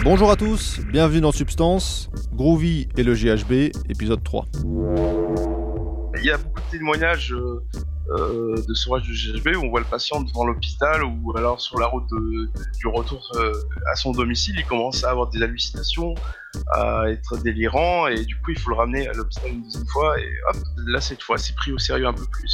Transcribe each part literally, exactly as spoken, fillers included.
Bonjour à tous, bienvenue dans Substance, Groovy et le G H B, épisode trois. Il y a beaucoup de témoignages euh, euh, de sevrage du G H B où on voit le patient devant l'hôpital ou alors sur la route de, de, du retour euh, à son domicile, il commence à avoir des hallucinations, à être délirant et du coup il faut le ramener à l'hôpital une deuxième fois et hop, là cette fois c'est pris au sérieux un peu plus.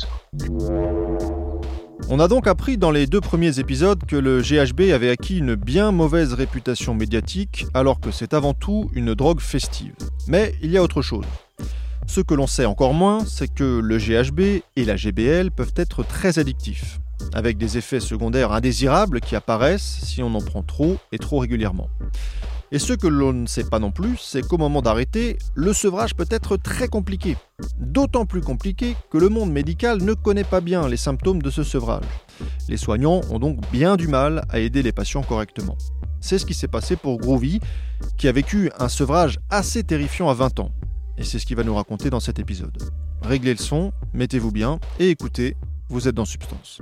On a donc appris dans les deux premiers épisodes que le G H B avait acquis une bien mauvaise réputation médiatique alors que c'est avant tout une drogue festive. Mais il y a autre chose. Ce que l'on sait encore moins, c'est que le G H B et la G B L peuvent être très addictifs, avec des effets secondaires indésirables qui apparaissent si on en prend trop et trop régulièrement. Et ce que l'on ne sait pas non plus, c'est qu'au moment d'arrêter, le sevrage peut être très compliqué. D'autant plus compliqué que le monde médical ne connaît pas bien les symptômes de ce sevrage. Les soignants ont donc bien du mal à aider les patients correctement. C'est ce qui s'est passé pour Groovy, qui a vécu un sevrage assez terrifiant à vingt ans. Et c'est ce qu'il va nous raconter dans cet épisode. Réglez le son, mettez-vous bien et écoutez, vous êtes dans Substance.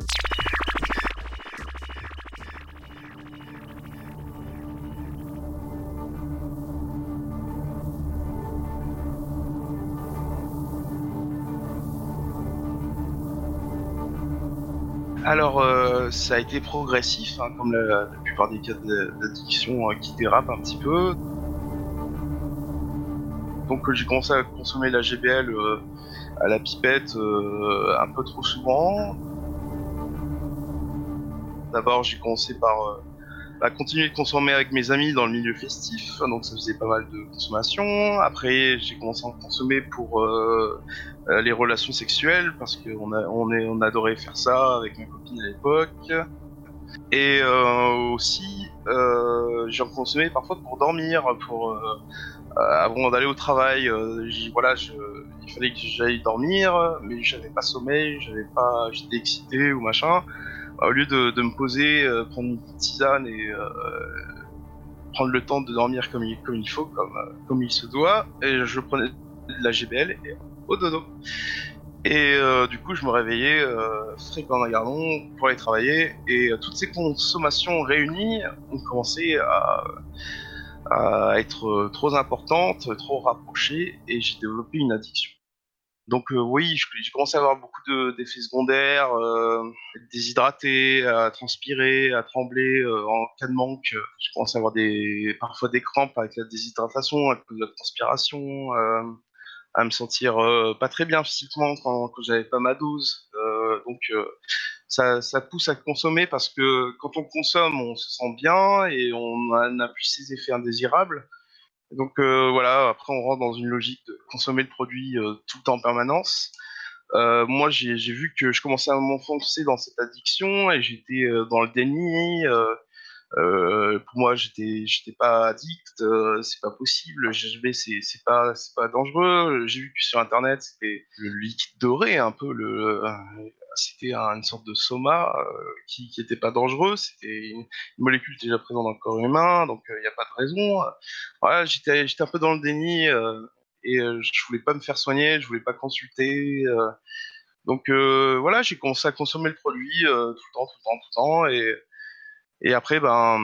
Alors euh, ça a été progressif, hein, comme la, la plupart des cas d'addiction euh, qui dérapent un petit peu. Donc euh, j'ai commencé à consommer la G B L euh, à la pipette euh, un peu trop souvent. D'abord j'ai commencé par euh, bah, continuer de consommer avec mes amis dans le milieu festif, donc ça faisait pas mal de consommation. Après j'ai commencé à en consommer pour euh, euh, les relations sexuelles, parce qu'on a, on est, on adorait faire ça avec ma copine à l'époque. Et euh, aussi euh, j'en consommais parfois pour dormir, pour... Euh, Euh, avant d'aller au travail, euh, voilà, je, il fallait que j'aille dormir, mais j'avais pas sommeil, j'avais pas, j'étais excité ou machin. Au lieu de, de me poser, euh, prendre une petite tisane et euh, prendre le temps de dormir comme il, comme il faut, comme, euh, comme il se doit, et je prenais de la G B L et au dodo. Et euh, du coup, je me réveillais euh, frais comme un gardon pour aller travailler, et euh, toutes ces consommations réunies ont commencé à à être trop importante, trop rapprochée, et j'ai développé une addiction. Donc euh, oui, j'ai commencé à avoir beaucoup de, d'effets secondaires, euh, être déshydraté, à transpirer, à trembler euh, en cas de manque. J'ai commencé à avoir des, parfois des crampes avec la déshydratation, à cause de la transpiration, euh, à me sentir euh, pas très bien physiquement quand, quand j'avais pas ma dose. Euh, donc euh, ça, ça pousse à consommer, parce que quand on consomme, on se sent bien et on n'a plus ces effets indésirables. Donc euh, voilà, après on rentre dans une logique de consommer le produit euh, tout le temps en permanence. Euh, moi j'ai, j'ai vu que je commençais à m'enfoncer dans cette addiction et j'étais euh, dans le déni. Euh, euh, pour moi j'étais j'étais pas addict, euh, c'est pas possible. Le G H B c'est c'est pas c'est pas dangereux. J'ai vu que sur internet c'était le liquide doré un peu, le euh, c'était un- une sorte de soma euh, qui qui était pas dangereux. C'était une, une molécule déjà présente dans le corps humain, donc il n'y a pas de raison. Voilà, j'étais j'étais un peu dans le déni, euh, et euh, je voulais pas me faire soigner, je voulais pas consulter. Euh, donc euh, voilà, j'ai commencé à consommer le produit euh, tout le temps, tout le temps, tout le temps, et et après ben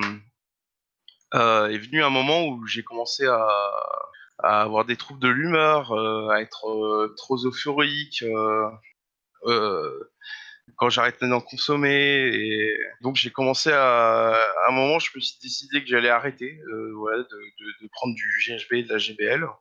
euh, est venu un moment où j'ai commencé à, à avoir des troubles de l'humeur, euh, à être euh, trop euphorique. Euh, euh, quand j'arrêtais d'en consommer, et donc j'ai commencé à, à un moment, je me suis décidé que j'allais arrêter, euh, voilà, de, de, de prendre du G H B et de la G B L.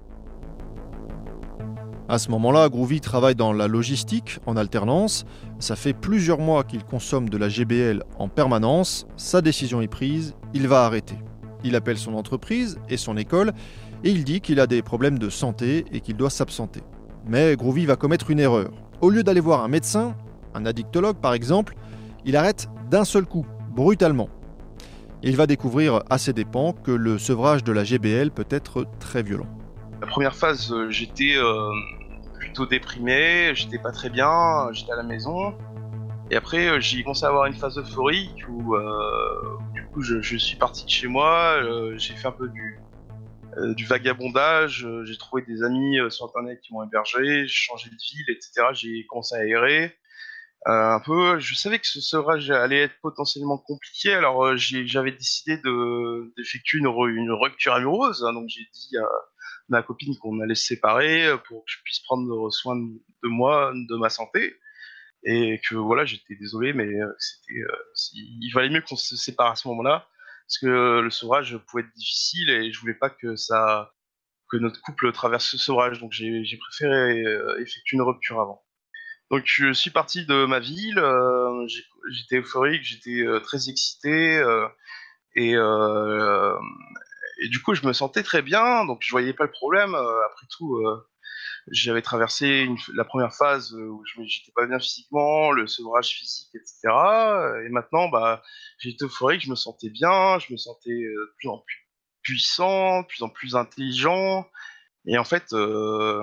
À ce moment-là, Groovy travaille dans la logistique en alternance. Ça fait plusieurs mois qu'il consomme de la G B L en permanence. Sa décision est prise, il va arrêter. Il appelle son entreprise et son école et il dit qu'il a des problèmes de santé et qu'il doit s'absenter. Mais Groovy va commettre une erreur. Au lieu d'aller voir un médecin, un addictologue par exemple, il arrête d'un seul coup, brutalement. Il va découvrir à ses dépens que le sevrage de la G B L peut être très violent. La première phase, euh, j'étais euh, plutôt déprimé, j'étais pas très bien, j'étais à la maison. Et après, euh, j'ai commencé à avoir une phase euphorique où, euh, du coup, je, je suis parti de chez moi, euh, j'ai fait un peu du, euh, du vagabondage, euh, j'ai trouvé des amis euh, sur internet qui m'ont hébergé, j'ai changé de ville, et cetera. J'ai commencé à errer. Euh, un peu, je savais que ce sevrage allait être potentiellement compliqué, alors euh, j'ai- j'avais décidé de d'effectuer une, re- une rupture amoureuse, hein, donc j'ai dit à ma copine qu'on allait se séparer euh, pour que je puisse prendre soin de, de moi, de ma santé, et que voilà, j'étais désolé, mais euh, c'était, euh, si- il valait mieux qu'on se sépare à ce moment-là, parce que euh, le sevrage pouvait être difficile et je voulais pas que ça, que notre couple traverse ce sevrage, donc j'ai j'ai préféré euh, effectuer une rupture avant. Donc je suis parti de ma ville, euh, j'ai- j'étais euphorique, j'étais euh, très excité euh, et, euh, et du coup je me sentais très bien, donc je voyais pas le problème. Euh, après tout, euh, j'avais traversé une- la première phase euh, où je me- j'étais pas bien physiquement, le sevrage physique, et cetera. Et maintenant, bah, j'étais euphorique, je me sentais bien, je me sentais euh, de plus en plus puissant, de plus en plus intelligent. Et en fait, euh,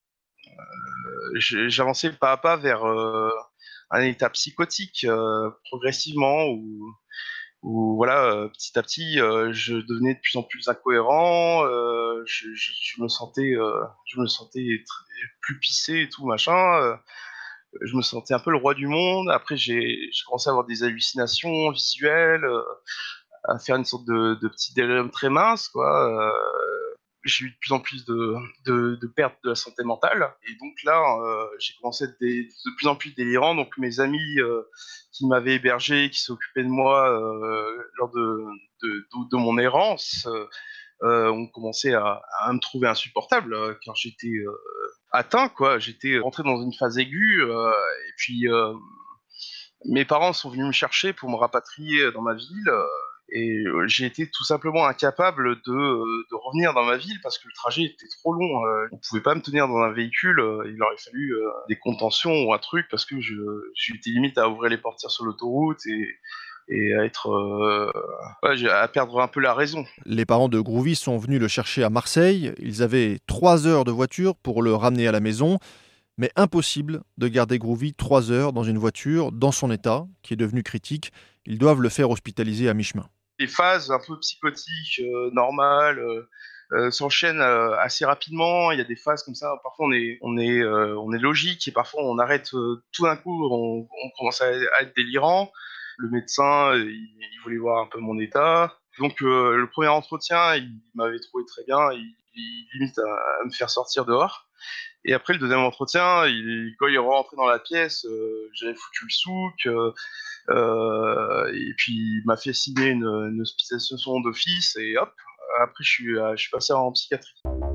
j'ai- j'avançais pas à pas vers euh, un état psychotique euh, progressivement où, où voilà, euh, petit à petit, euh, je devenais de plus en plus incohérent. Euh, je, je- je me sentais, euh, je me sentais tr- plus pissé et tout machin. Euh, je me sentais un peu le roi du monde. Après, j'ai j'ai commencé à avoir des hallucinations visuelles, euh, à faire une sorte de, de petit délirium très mince, quoi. Euh, j'ai eu de plus en plus de, de, de pertes de la santé mentale. Et donc là, euh, j'ai commencé à être des- de plus en plus délirant. Donc mes amis euh, qui m'avaient hébergé, qui s'occupaient de moi euh, lors de, de, de, de mon errance, euh, euh, ont commencé à, à me trouver insupportable, euh, car j'étais euh, atteint, quoi. J'étais rentré dans une phase aiguë. Euh, et puis euh, mes parents sont venus me chercher pour me rapatrier dans ma ville. Euh, et euh, j'ai été tout simplement incapable de, euh, de revenir dans ma ville parce que le trajet était trop long. Euh, on pouvait pas me tenir dans un véhicule. Euh, il aurait fallu euh, des contentions ou un truc parce que je j'étais limite à ouvrir les portières sur l'autoroute et, et à être euh, ouais, j'ai- à perdre un peu la raison. Les parents de Groovy sont venus le chercher à Marseille. Ils avaient trois heures de voiture pour le ramener à la maison. Mais impossible de garder Groovy trois heures dans une voiture, dans son état, qui est devenu critique. Ils doivent le faire hospitaliser à mi-chemin. Les phases un peu psychotiques, euh, normales, euh, euh, s'enchaînent euh, assez rapidement. Il y a des phases comme ça. Parfois, on est, on est, euh, on est logique et parfois, on arrête euh, tout d'un coup. On, on commence à, à être délirant. Le médecin, euh, il, il voulait voir un peu mon état. Donc, euh, le premier entretien, il m'avait trouvé très bien. Il, il limite à, à me faire sortir dehors. Et après, le deuxième entretien, il, quand il est rentré dans la pièce, euh, j'avais foutu le souk. Euh, euh, et puis il m'a fait signer une, une hospitalisation d'office et hop, après je suis, euh, je suis passé en psychiatrie.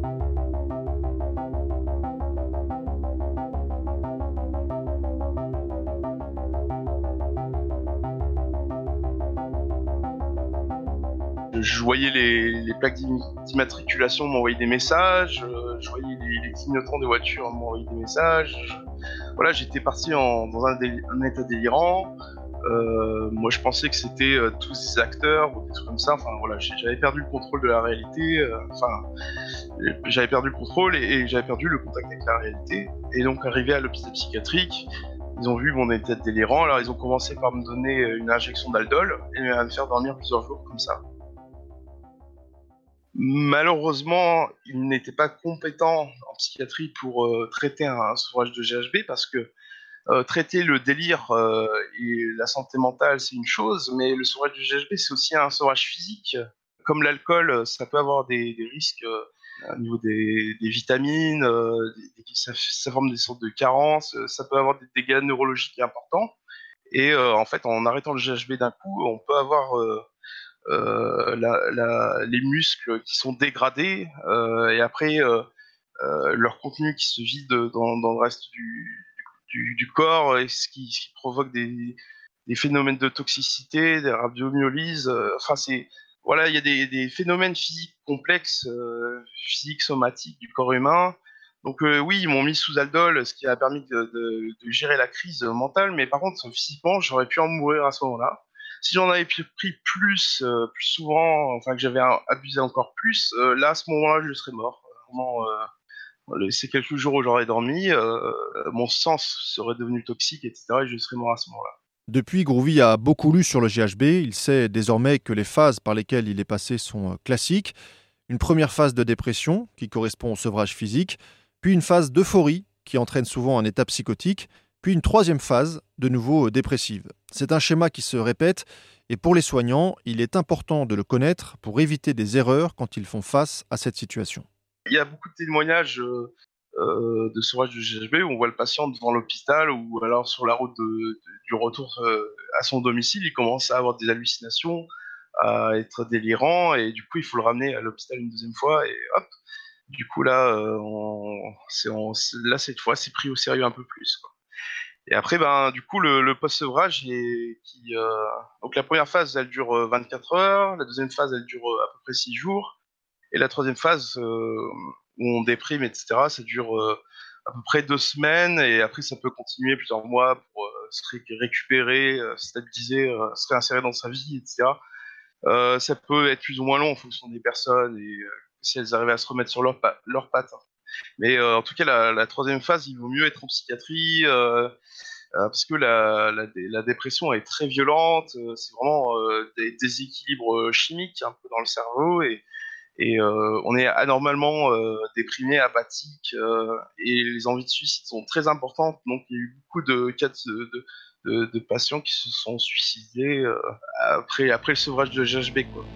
Je voyais les, les plaques d'immatriculation m'envoyer des messages, euh, je voyais les, les clignotants des voitures m'envoyer des messages. Voilà, j'étais parti en, dans un, déli- un état délirant. Euh, moi, je pensais que c'était euh, tous ces acteurs ou des trucs comme ça. Enfin, voilà, j'avais perdu le contrôle de la réalité. Euh, enfin, j'avais perdu le contrôle et, et j'avais perdu le contact avec la réalité. Et donc, arrivé à l'hôpital psychiatrique, ils ont vu mon état délirant. Alors, ils ont commencé par me donner une injection d'aldol et à me faire dormir plusieurs jours comme ça. Malheureusement, ils n'étaient pas compétents en psychiatrie pour euh, traiter un, un sevrage de G H B parce que euh, traiter le délire euh, et la santé mentale, c'est une chose, mais le sevrage du G H B, c'est aussi un sevrage physique. Comme l'alcool, ça peut avoir des, des risques euh, au niveau des, des vitamines, euh, des, des, ça, ça forme des sortes de carences, ça peut avoir des dégâts neurologiques importants. Et euh, en fait, en arrêtant le G H B d'un coup, on peut avoir euh, euh, la, la, les muscles qui sont dégradés euh, et après euh, euh, leur contenu qui se vide dans, dans le reste du, du, du corps, et ce qui, ce qui provoque des, des phénomènes de toxicité, des rhabdomyolyses. Euh, enfin, c'est voilà, il y a des, des phénomènes physiques complexes, euh, physiques somatiques du corps humain. Donc euh, oui, ils m'ont mis sous Aldol, ce qui a permis de, de, de gérer la crise mentale, mais par contre, physiquement, j'aurais pu en mourir à ce moment-là. Si j'en avais pris plus, euh, plus souvent, enfin que j'avais abusé encore plus, euh, là, à ce moment-là, je serais mort. Vraiment, euh, ces quelques jours où j'aurais dormi, euh, mon sang serait devenu toxique, et cetera, et je serais mort à ce moment-là. Depuis, Groovy a beaucoup lu sur le G H B. Il sait désormais que les phases par lesquelles il est passé sont classiques. Une première phase de dépression, qui correspond au sevrage physique, puis une phase d'euphorie, qui entraîne souvent un état psychotique, Puis une troisième phase, de nouveau dépressive. C'est un schéma qui se répète et pour les soignants, il est important de le connaître pour éviter des erreurs quand ils font face à cette situation. Il y a beaucoup de témoignages euh, euh, de sevrage du G H B où on voit le patient devant l'hôpital ou alors sur la route de, de- du retour euh, à son domicile, il commence à avoir des hallucinations, à être délirant et du coup il faut le ramener à l'hôpital une deuxième fois et hop. Du coup là, euh, on, c'est, on- c'est- là cette fois c'est pris au sérieux un peu plus, quoi. Et après, ben, du coup, le, le post-sevrage, est, qui, euh, donc la première phase, elle dure euh, vingt-quatre heures, la deuxième phase, elle dure euh, à peu près six jours, et la troisième phase, euh, où on déprime, et cetera, ça dure euh, à peu près deux semaines, et après, ça peut continuer plusieurs mois pour euh, se ré- récupérer, euh, stabiliser, euh, se réinsérer dans sa vie, et cetera. Euh, ça peut être plus ou moins long en fonction des personnes, et euh, si elles arrivent à se remettre sur leurs pa- leurs pattes. Mais euh, en tout cas, la, la troisième phase, il vaut mieux être en psychiatrie. Euh, euh, parce que la, la, la dépression est très violente, euh, c'est vraiment euh, des déséquilibres chimiques un peu dans le cerveau et, et euh, on est anormalement euh, déprimé, apathique euh, et les envies de suicide sont très importantes. Donc il y a eu beaucoup de cas de, de, de, de patients qui se sont suicidés euh, après, après le sevrage de G H B, quoi.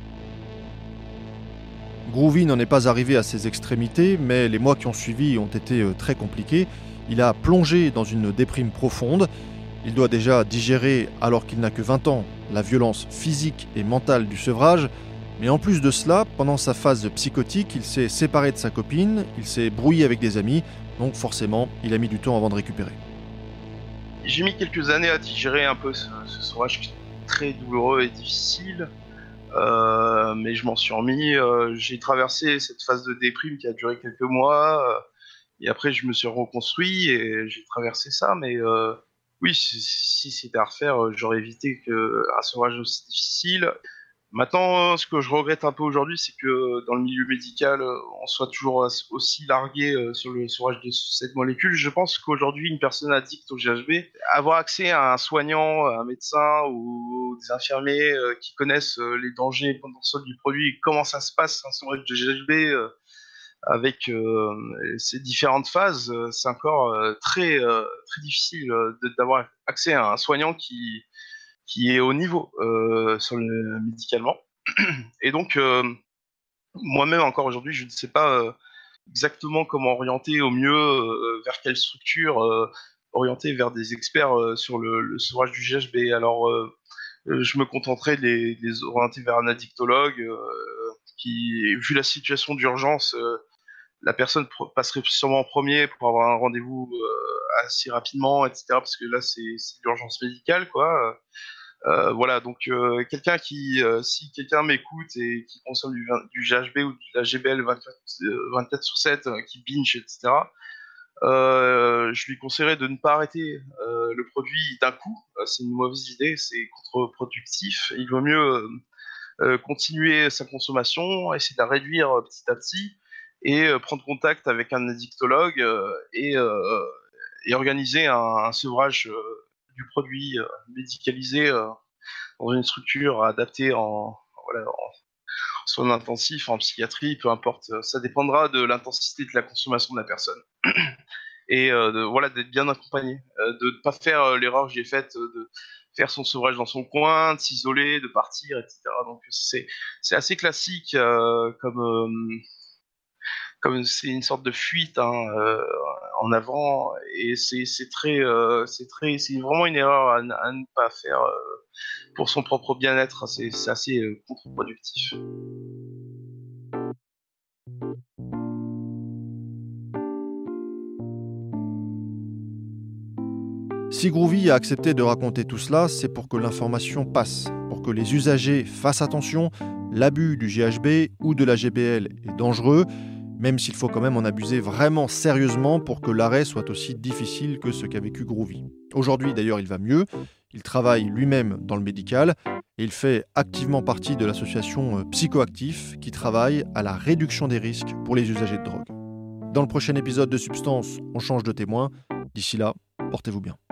Groovy n'en est pas arrivé à ses extrémités, mais les mois qui ont suivi ont été euh, très compliqués. Il a plongé dans une déprime profonde. Il doit déjà digérer, alors qu'il n'a que vingt ans, la violence physique et mentale du sevrage. Mais en plus de cela, pendant sa phase psychotique, il s'est séparé de sa copine, il s'est brouillé avec des amis, donc forcément, il a mis du temps avant de récupérer. J'ai mis quelques années à digérer un peu ce, ce sevrage qui est très douloureux et difficile. Euh, mais je m'en suis remis. Euh, j'ai traversé cette phase de déprime qui a duré quelques mois. Euh, et après, je me suis reconstruit et j'ai traversé ça. Mais euh, oui, si, si c'était à refaire, euh, j'aurais évité que un sevrage aussi difficile. Maintenant, ce que je regrette un peu aujourd'hui, c'est que dans le milieu médical, euh, on soit toujours as- aussi largué euh, sur le sevrage de cette molécule. Je pense qu'aujourd'hui, une personne addicte au G H B, avoir accès à un soignant, à un médecin ou des infirmiers euh, qui connaissent euh, les dangers potentiels du produit, comment ça se passe un sevrage de G H B euh, avec euh, ces différentes phases, euh, c'est encore euh, très euh, très difficile euh, de- d'avoir accès à un soignant qui qui est au niveau euh, sur le médicalement. Et donc, euh, moi-même, encore aujourd'hui, je ne sais pas euh, exactement comment orienter au mieux, euh, vers quelle structure, euh, orienter vers des experts euh, sur le, le sevrage du G H B. Alors, euh, euh, je me contenterai de les, de les orienter vers un addictologue euh, qui, vu la situation d'urgence, euh, la personne pr- passerait sûrement en premier pour avoir un rendez-vous euh, assez rapidement, et cetera. Parce que là, c'est c'est l'urgence médicale, quoi. Euh, voilà, donc euh, quelqu'un qui, euh, si quelqu'un m'écoute et qui consomme du, du G H B ou de la G B L vingt-quatre, euh, vingt-quatre sur sept, euh, qui binge, et cetera, euh, je lui conseillerais de ne pas arrêter euh, le produit d'un coup. Euh, c'est une mauvaise idée, c'est contre-productif. Il vaut mieux euh, euh, continuer sa consommation, essayer de la réduire euh, petit à petit et euh, prendre contact avec un addictologue euh, et, euh, et organiser un, un sevrage euh, du produit euh, médicalisé euh, dans une structure adaptée en, voilà, en soins intensifs, en psychiatrie, peu importe. Ça dépendra de l'intensité de la consommation de la personne. Et euh, de, voilà, d'être bien accompagné. Euh, de ne pas faire euh, l'erreur que j'ai faite euh, de faire son sevrage dans son coin, de s'isoler, de partir, et cetera. Donc c'est, c'est assez classique euh, comme, euh, comme c'est une sorte de fuite hein, euh, en avant et c'est, c'est très, euh, c'est très, c'est vraiment une erreur à, à ne pas faire euh, pour son propre bien-être, c'est, c'est assez euh, contre-productif. Si Groovy a accepté de raconter tout cela, c'est pour que l'information passe, pour que les usagers fassent attention. L'abus du G H B ou de la G B L est dangereux, même s'il faut quand même en abuser vraiment sérieusement pour que l'arrêt soit aussi difficile que ce qu'a vécu Groovy. Aujourd'hui d'ailleurs il va mieux, il travaille lui-même dans le médical et il fait activement partie de l'association Psychoactif qui travaille à la réduction des risques pour les usagers de drogue. Dans le prochain épisode de Substance, on change de témoin. D'ici là, portez-vous bien.